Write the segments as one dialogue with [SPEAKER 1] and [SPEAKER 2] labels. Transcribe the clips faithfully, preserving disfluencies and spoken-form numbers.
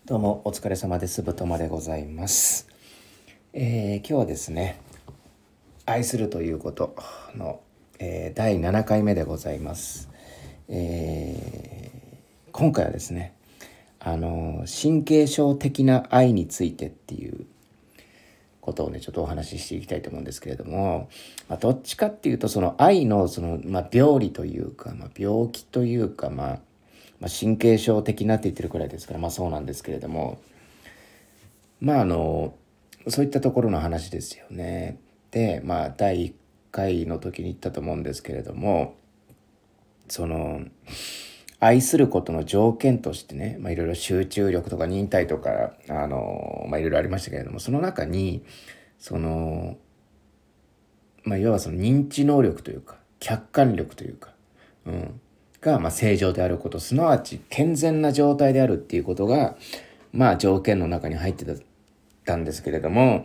[SPEAKER 1] どうもお疲れ様です。ぶとまでございます。えー今日はですね、愛するということの、えーだいななかいめでございます。えー今回はですね、あの神経症的な愛についてっていうことをねちょっとお話ししていきたいと思うんですけれども、まあ、どっちかっていうとその愛のその、まあ、病理というか、まあ、病気というか、まあ、まあ神経症的なって言ってるくらいですから、まあそうなんですけれども、まああのそういったところの話ですよね。でまあだいいっかいの時に言ったと思うんですけれども、その愛することの条件としてね、まあ、いろいろ集中力とか忍耐とかあの、まあ、いろいろありましたけれども、その中にその、まあ、いわばその認知能力というか客観力というか、うん、がまあ正常であること、すなわち健全な状態であるっていうことがまあ条件の中に入ってたたんですけれども、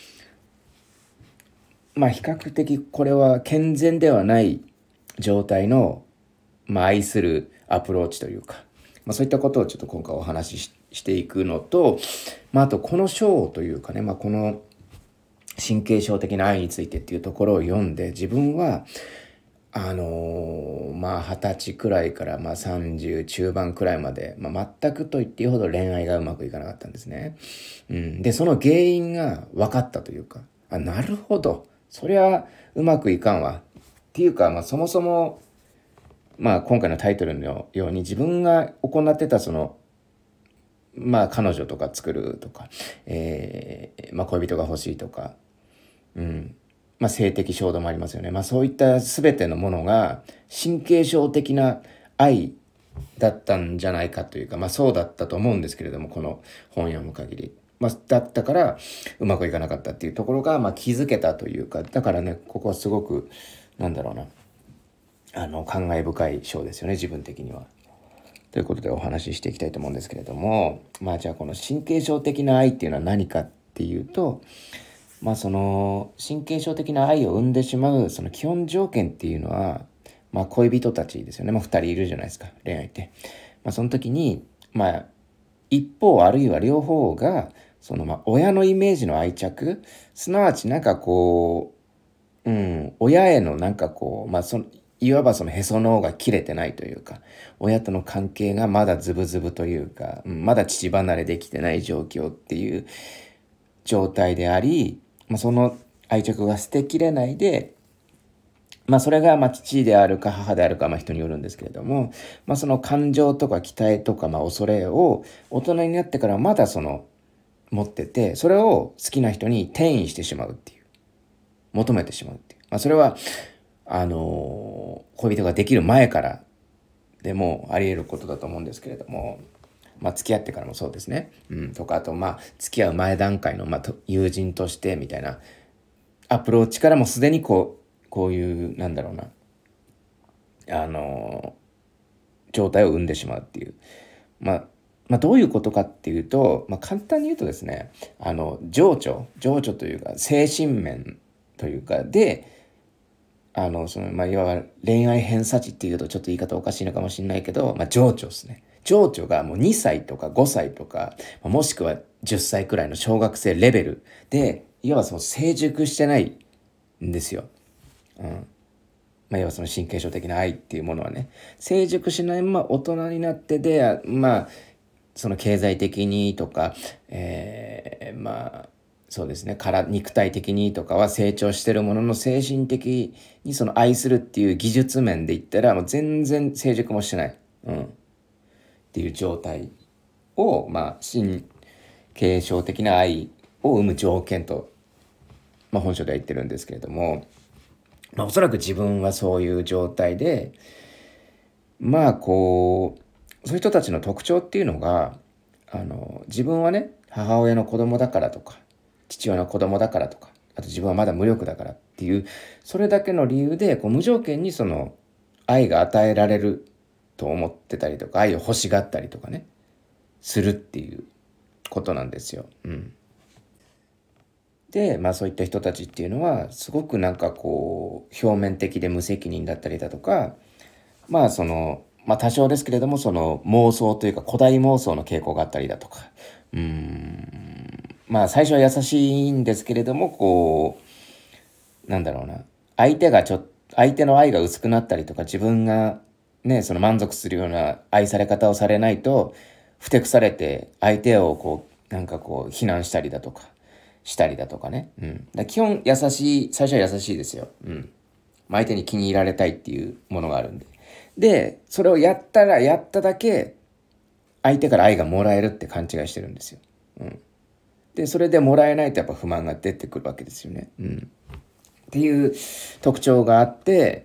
[SPEAKER 1] まあ比較的これは健全ではない状態の、まあ、愛するアプローチというか、まあ、そういったことをちょっと今回お話しししていくのと、まあ、あとこの章というかね、まあ、この神経症的な愛についてっていうところを読んで、自分はあのーまあ二十歳くらいからまあさんじゅう中盤くらいまで、まあ、全くと言っていいほど恋愛がうまくいかなかったんですね。うん、でその原因が分かったというか、あ、なるほど、そりゃうまくいかんわっていうか、まあ、そもそも、まあ、今回のタイトルのように自分が行ってたその、まあ、彼女とか作るとか、えーまあ、恋人が欲しいとか、うんまあ、性的衝動もありますよね。まあ、そういった全てのものが神経症的な愛だったんじゃないかというか、まあ、そうだったと思うんですけれども、この本を読む限り。まあ、だったからうまくいかなかったっていうところが、まあ、気づけたというか、だからねここはすごくなんだろうな、あの感慨深い章ですよね、自分的には。ということでお話ししていきたいと思うんですけれども、まあじゃあこの神経症的な愛っていうのは何かっていうと、まあその神経症的な愛を生んでしまうその基本条件っていうのは、まあ恋人たちですよね。まあふたりいるじゃないですか、恋愛って。まあその時に、まあ一方あるいは両方が、そのまあ親のイメージの愛着、すなわちなんかこう、うん、親へのなんかこう、まあその、いわばそのへその緒が切れてないというか、親との関係がまだズブズブというか、うん、まだ父離れできてない状況っていう状態であり、まあ、その愛着が捨てきれないで、まあそれがまあ父であるか母であるかまあ人によるんですけれども、まあその感情とか期待とかまあ恐れを大人になってからまだその持ってて、それを好きな人に転移してしまうっていう、求めてしまうっていう。まあそれは、あのー恋人ができる前からでもあり得ることだと思うんですけれども、まあ付き合ってからもそうですね。うん、とか、あとまあ付き合う前段階のまあと友人としてみたいなアプローチからもすでにこう、こういう、なんだろうな、あの、状態を生んでしまうっていう。まあ、まあ、どういうことかっていうと、まあ、簡単に言うとですね、あの、情緒、情緒というか、精神面というか、で、あの、その、まあ、いわば恋愛偏差値っていうとちょっと言い方おかしいのかもしれないけど、まあ、情緒ですね。情緒がもうにさいとかごさいとか、もしくはじゅっさいくらいの小学生レベルで、いわばその成熟してないんですよ。うん。まあ、要はその神経症的な愛っていうものはね、成熟しないまま大人になってで、まあ、その経済的にとか、えー、まあ、そうですね、から肉体的にとかは成長してるものの、精神的にその愛するっていう技術面で言ったら、もう全然成熟もしてない。うん。っていう状態を、まあ、神経症的な愛を生む条件と、まあ、本書では言ってるんですけれども、まあ、おそらく自分はそういう状態で、まあこうそういう人たちの特徴っていうのが、あの自分はね母親の子供だからとか父親の子供だからとか、あと自分はまだ無力だからっていう、それだけの理由でこう無条件にその愛が与えられると思ってたりとか、愛を欲しがったりとかねするっていうことなんですよ。うん。でまあそういった人たちっていうのはすごくなんかこう表面的で無責任だったりだとか、まあそのまあ多少ですけれども、その妄想というか古代妄想の傾向があったりだとか、うーん、まあ最初は優しいんですけれども、こう、なんだろうな、相手がちょっと、相手の愛が薄くなったりとか、自分がね、その満足するような愛され方をされないと、ふてくされて、相手をこう、なんかこう、非難したりだとか、したりだとかね。うん。だ基本優しい、最初は優しいですよ。うん。相手に気に入られたいっていうものがあるんで。で、それをやったらやっただけ、相手から愛がもらえるって勘違いしてるんですよ。うん。で、それでもらえないとやっぱ不満が出てくるわけですよね。うん。っていう特徴があって、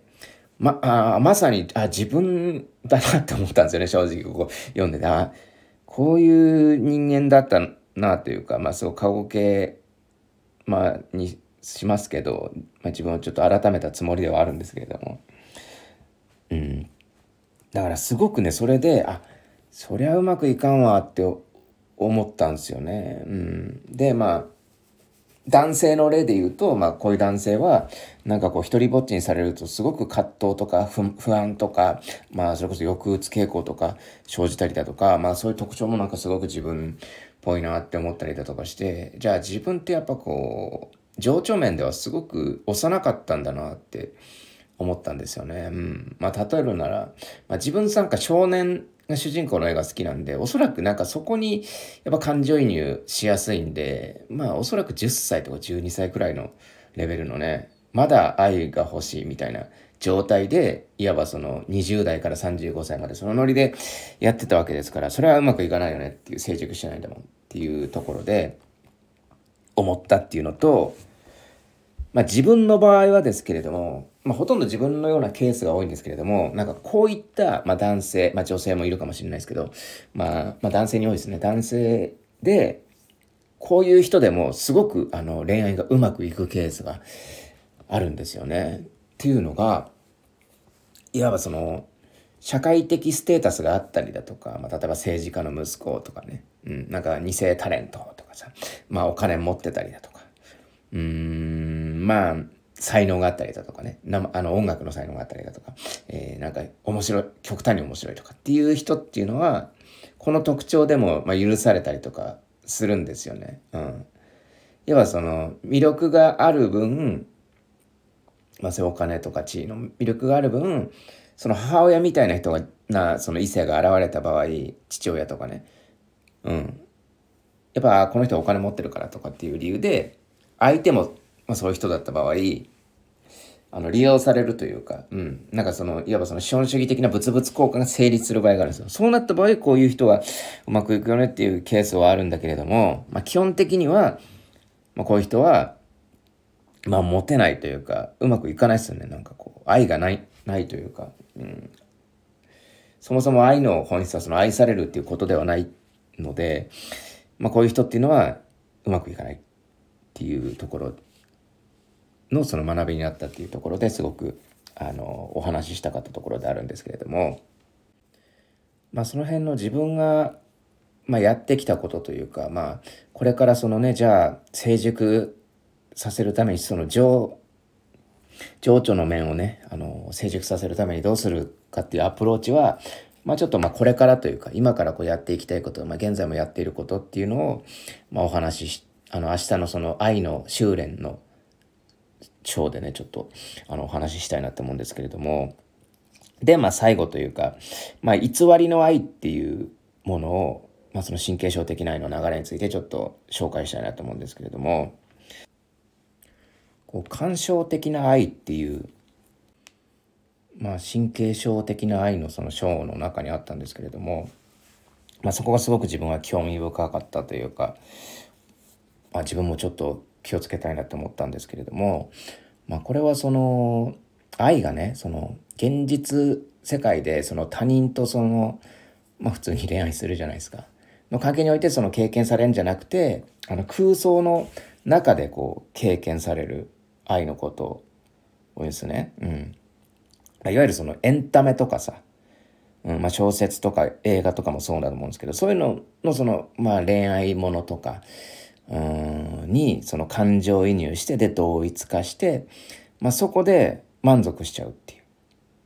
[SPEAKER 1] ま、あまさに、あ、自分だなって思ったんですよね、正直ここ読んでて。あ、こういう人間だったなというか、まあそう過去形、まあにしますけど、まあ自分をちょっと改めたつもりではあるんですけれども。うん。だからすごくね、それで、あ、そりゃうまくいかんわって思ったんですよね。うん。で、まあ、男性の例で言うと、まあ、こういう男性は、なんかこう、一人ぼっちにされると、すごく葛藤とか不、不安とか、まあ、それこそ抑うつ傾向とか生じたりだとか、まあ、そういう特徴もなんかすごく自分っぽいなって思ったりだとかして、じゃあ自分ってやっぱこう、情緒面ではすごく幼かったんだなって思ったんですよね。うん。まあ、例えるなら、まあ、自分なんか少年が主人公の絵が好きなんで、おそらくなんかそこにやっぱ感情移入しやすいんで、まあ、おそらくじゅっさいとかじゅうにさいくらいのレベルのね、まだ愛が欲しいみたいな状態で、いわばそのにじゅう代からさんじゅうごさいまでそのノリでやってたわけですから、それはうまくいかないよねっていう、成熟してないんだもんっていうところで思ったっていうのと、まあ自分の場合はですけれども、まあほとんど自分のようなケースが多いんですけれども、なんかこういった、まあ男性、まあ女性もいるかもしれないですけど、まあ、まあ男性に多いですね。男性で、こういう人でもすごくあの恋愛がうまくいくケースがあるんですよね。っていうのが、いわばその、社会的ステータスがあったりだとか、まあ、例えば政治家の息子とかね、うん、なんか偽タレントとかさ、まあお金持ってたりだとか、うーん、まあ、才能があったりだとかね、なあの音楽の才能があったりだとか、えー、なんか面白い、極端に面白いとかっていう人っていうのは、この特徴でも、まあ、許されたりとかするんですよね。うん。要はその魅力がある分、まあそういうお金とか地位の魅力がある分、その母親みたいな人が、な、その異性が現れた場合、父親とかね、うん。やっぱこの人はお金持ってるからとかっていう理由で、相手も、まあ、そういう人だった場合、あの利用されるというか、うん、なんかそのいわばその資本主義的な物々交換が成立する場合があるんですよ。そうなった場合、こういう人はうまくいくよねっていうケースはあるんだけれども、まあ、基本的には、まあ、こういう人は、まあ、モテないというか、うまくいかないですよね。なんかこう、愛がない、ないというか、うん、そもそも愛の本質はその愛されるっていうことではないので、まあ、こういう人っていうのはうまくいかないっていうところのその学びになったっていうところですごくあのお話ししたかったところであるんですけれども、まあ、その辺の自分が、まあ、やってきたことというか、まあ、これからそのね、じゃあ成熟させるためにその情情緒の面をね、あの成熟させるためにどうするかっていうアプローチは、まあ、ちょっとまあこれからというか今からこうやっていきたいこと、まあ、現在もやっていることっていうのを、まあ、お話ししあの明日のその愛の修練の章でね、ちょっとあのお話ししたいなと思うんですけれども、で、まあ最後というか、まあ偽りの愛っていうものを、まあその神経症的な愛の流れについてちょっと紹介したいなと思うんですけれども、こう感傷的な愛っていう、まあ神経症的な愛のその章の中にあったんですけれども、まあそこがすごく自分は興味深かったというか、まあ自分もちょっと気をつけたいなと思ったんですけれども、まあこれはその愛がね、その現実世界でその他人とその、まあ普通に恋愛するじゃないですか。の関係においてその経験されるんじゃなくて、あの空想の中でこう経験される愛のことをですね。うん。いわゆるそのエンタメとかさ、うんまあ、小説とか映画とかもそうだと思うんですけど、そういうののその、まあ、恋愛ものとかうんにその感情移入してで同一化して、まあ、そこで満足しちゃうっていう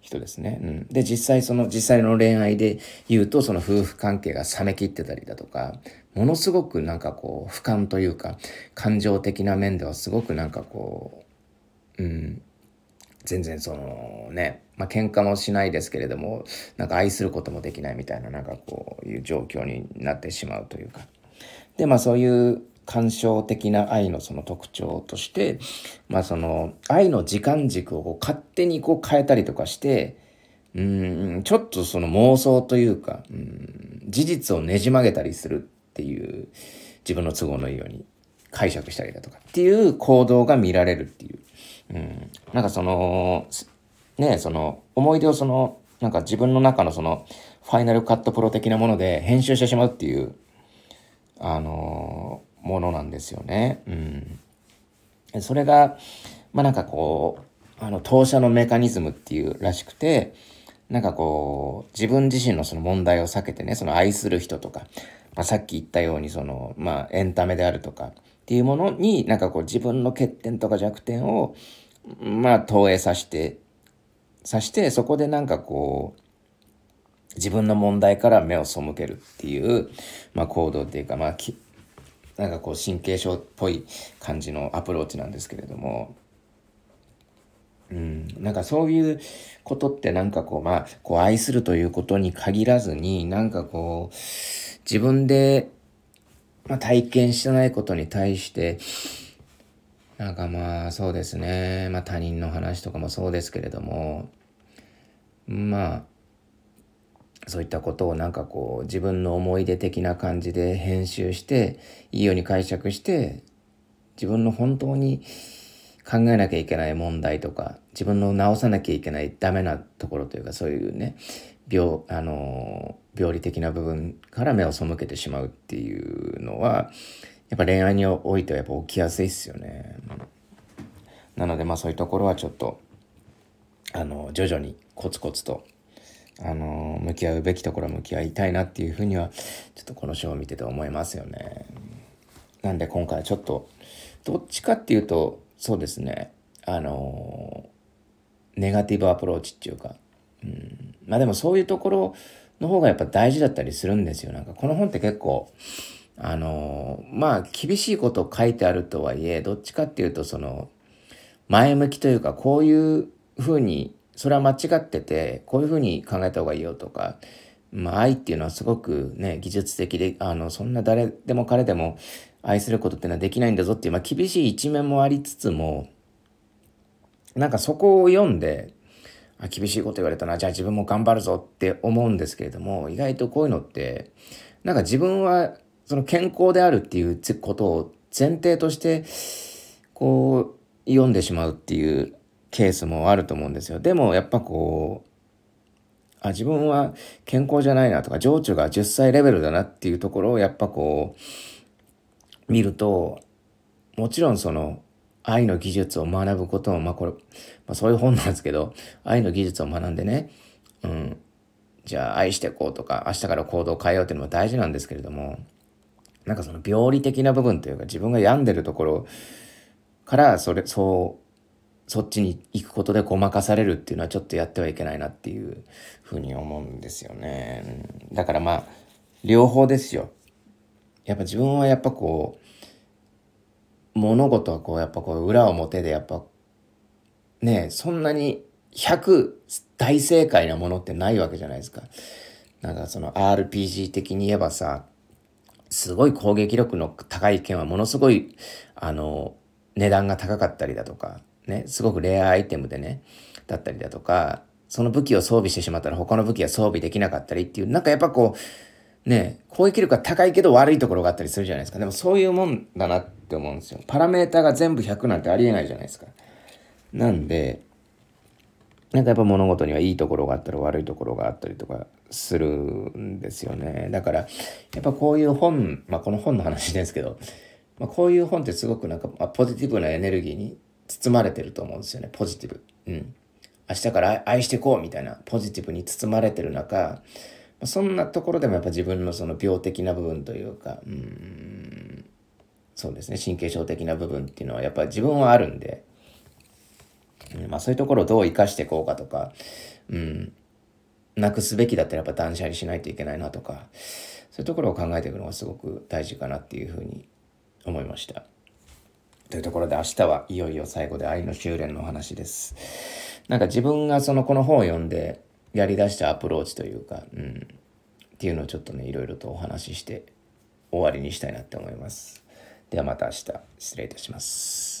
[SPEAKER 1] 人ですね。うん、で実際その実際の恋愛で言うとその夫婦関係が冷めきってたりだとか、ものすごくなんかこう俯瞰というか感情的な面ではすごくなんかこう、うん、全然そのね、まあ喧嘩もしないですけれども、なんか愛することもできないみたいな、なんかこういう状況になってしまうというか。でまあそういう感傷的な愛のその特徴として、まあその愛の時間軸をこう勝手にこう変えたりとかして、うーんちょっとその妄想というか、うーん事実をねじ曲げたりするっていう、自分の都合のいいように解釈したりだとかっていう行動が見られるっていう、うん、なんかそのねその思い出をそのなんか自分の中のそのファイナルカットプロ的なもので編集してしまうっていうあのものなんですよね。うん、それがまあなんかこうあの投射のメカニズムっていうらしくて、なんかこう自分自身のその問題を避けてね、その愛する人とか、まあ、さっき言ったようにそのまあエンタメであるとかっていうものになんかこう自分の欠点とか弱点をまあ投影させてさしてそこでなんかこう自分の問題から目を背けるっていう、まあ、行動っていうか、まあ、きなんかこう神経症っぽい感じのアプローチなんですけれども、うん、なんかそういうことってなんかこうまあこう愛するということに限らずに、なんかこう自分で、まあ、体験してないことに対してなんかまあそうですね、まあ他人の話とかもそうですけれども、まあそういったことをなんかこう自分の思い出的な感じで編集していいように解釈して、自分の本当に考えなきゃいけない問題とか自分の直さなきゃいけないダメなところというか、そういうね病あの病理的な部分から目を背けてしまうっていうのはやっぱ恋愛においてはやっぱ起きやすいっすよね。なのでまあそういうところはちょっとあの徐々にコツコツとあの向き合うべきところは向き合いたいなっていうふうにはちょっとこの章を見てて思いますよね。なんで今回はちょっとどっちかっていうとそうですね、あのネガティブアプローチっていうか、うん、まあでもそういうところの方がやっぱ大事だったりするんですよ。なんかこの本って結構あのまあ厳しいことを書いてあるとはいえ、どっちかっていうとその前向きというか、こういうふうにそれは間違っててこういうふうに考えた方がいいよとか、まあ愛っていうのはすごくね技術的で、あのそんな誰でも彼でも愛することっていうのはできないんだぞっていう、まあ、厳しい一面もありつつも、なんかそこを読んで、あ厳しいこと言われたな、じゃあ自分も頑張るぞって思うんですけれども、意外とこういうのってなんか自分はその健康であるっていうことを前提としてこう読んでしまうっていうケースもあると思うんですよ。でもやっぱこうあ自分は健康じゃないなとか、情緒がじゅっさいレベルだなっていうところをやっぱこう見ると、もちろんその愛の技術を学ぶことも、まあこれ、まあ、そういう本なんですけど、愛の技術を学んでね、うん、じゃあ愛していこうとか、明日から行動を変えようっていうのも大事なんですけれども、なんかその病理的な部分というか、自分が病んでるところからそれそうそっちに行くことでごまかされるっていうのはちょっとやってはいけないなっていうふうに思うんですよね。だからまあ両方ですよ。やっぱ自分はやっぱこう物事はこうやっぱこう裏表でやっぱねそんなにひゃく大正解なものってないわけじゃないですか。なんかその アールピージー 的に言えばさ、すごい攻撃力の高い剣はものすごいあの値段が高かったりだとかね、すごくレアアイテムでねだったりだとか、その武器を装備してしまったら他の武器は装備できなかったりっていう、なんかやっぱこうね攻撃力が高いけど悪いところがあったりするじゃないですか。でもそういうもんだなって思うんですよ。パラメーターが全部ひゃくなんてありえないじゃないですか。なんでなんかやっぱ物事にはいいところがあったり悪いところがあったりとかするんですよね。だからやっぱこういう本、まあこの本の話ですけど、まあ、こういう本ってすごくなんか、まあ、ポジティブなエネルギーに包まれてると思うんですよね。ポジティブ。うん。明日から愛していこうみたいなポジティブに包まれてる中、そんなところでもやっぱ自分のその病的な部分というか、うーん、そうですね、神経症的な部分っていうのはやっぱり自分はあるんで、 うん、まあそういうところをどう生かしていこうかとか、うん、なくすべきだったらやっぱ断捨離しないといけないなとか、そういうところを考えていくのがすごく大事かなっていうふうに思いました。というところで明日はいよいよ最後で愛の修練のお話です。なんか自分がそのこの本を読んでやりだしたアプローチというか、うん、っていうのをちょっとねいろいろとお話しして終わりにしたいなって思います。ではまた明日失礼いたします。